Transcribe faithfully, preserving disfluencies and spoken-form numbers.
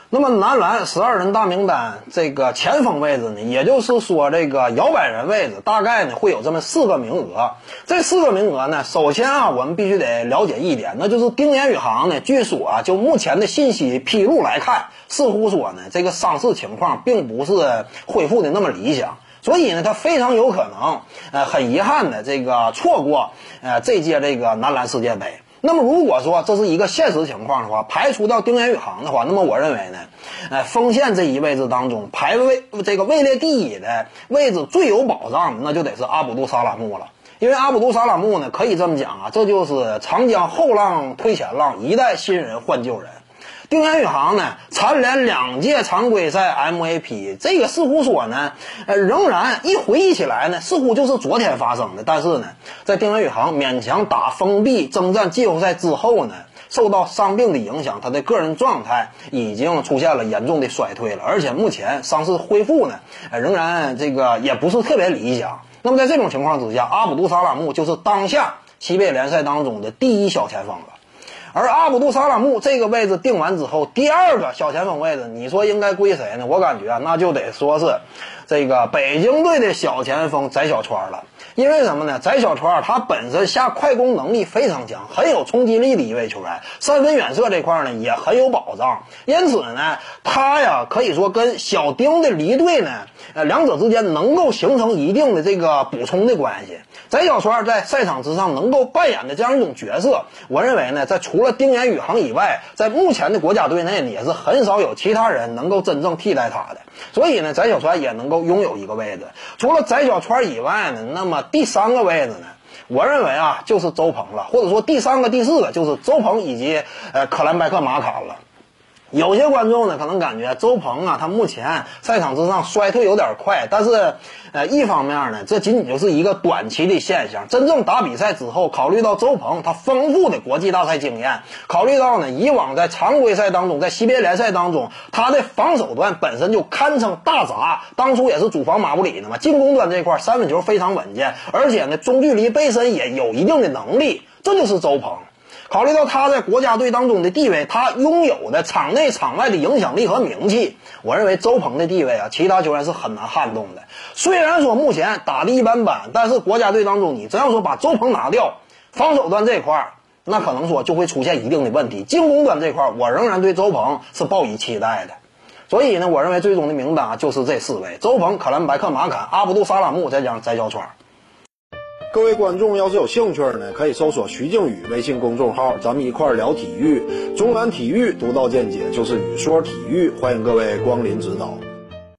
那么男篮十二人大名单这个前锋位置呢，也就是说这个摇摆人位置，大概呢会有这么四个名额。这四个名额呢，首先啊，我们必须得了解一点，那就是丁彦雨航呢，据说啊，就目前的信息披露来看，似乎说呢，这个伤势情况并不是恢复的那么理想。所以呢，他非常有可能，呃，很遗憾的这个错过，呃，这届这个男篮世界杯。那么如果说这是一个现实情况的话，排除掉丁彦雨航的话，那么我认为呢，呃，锋线这一位置当中排位这个位列第一的位置最有保障，那就得是阿卜杜沙拉木了。因为阿卜杜沙拉木呢，可以这么讲啊，这就是长江后浪推前浪，一代新人换旧人。丁彦雨航呢，蝉联两届常规赛 M V P， 这个似乎说呢，呃，仍然一回忆起来呢，似乎就是昨天发生的。但是呢，在丁彦雨航勉强打封闭征战季后赛之后呢，受到伤病的影响，他的个人状态已经出现了严重的衰退了，而且目前伤势恢复呢，呃，仍然这个也不是特别理想。那么在这种情况之下，阿卜杜沙拉木就是当下西北联赛当中的第一小前锋了。而阿卜杜沙拉木这个位置定完之后，第二个小前锋位置，你说应该归谁呢？我感觉那就得说是这个北京队的小前锋翟小川了。因为什么呢？翟小川他本身下快攻能力非常强，很有冲击力的一位球员，三分远射这块呢也很有保障。因此呢，他呀可以说跟小丁的离队呢，呃，两者之间能够形成一定的这个补充的关系。翟小川在赛场之上能够扮演的这样一种角色，我认为呢，在除了丁彦雨航以外，在目前的国家队内呢，也是很少有其他人能够真正替代他的。所以呢，翟小川也能够拥有一个位置。除了翟小川以外呢，那么第三个位置呢，我认为啊，就是周鹏了，或者说第三个、第四个就是周鹏以及呃克兰白克马坎了。有些观众呢可能感觉周鹏啊，他目前赛场之上衰退有点快，但是呃一方面呢，这仅仅就是一个短期的现象。真正打比赛之后，考虑到周鹏他丰富的国际大赛经验，考虑到呢以往在常规赛当中，在西边联赛当中，他的防守端本身就堪称大闸，当初也是主防马布里的嘛，进攻端这块三分球非常稳健，而且呢中距离背身也有一定的能力，这就是周鹏。考虑到他在国家队当中的地位，他拥有的场内场外的影响力和名气，我认为周鹏的地位啊，其他球员是很难撼动的。虽然说目前打得一般般，但是国家队当中你真要说把周鹏拿掉，防守端这块那可能说就会出现一定的问题。进攻端这块我仍然对周鹏是抱以期待的。所以呢，我认为最终的名单就是这四位：周鹏、可兰白克马坎、阿卜杜沙拉木，再加上翟小川。各位观众要是有兴趣呢，可以搜索徐静宇微信公众号，咱们一块聊体育，中南体育独到见解就是语说体育，欢迎各位光临指导。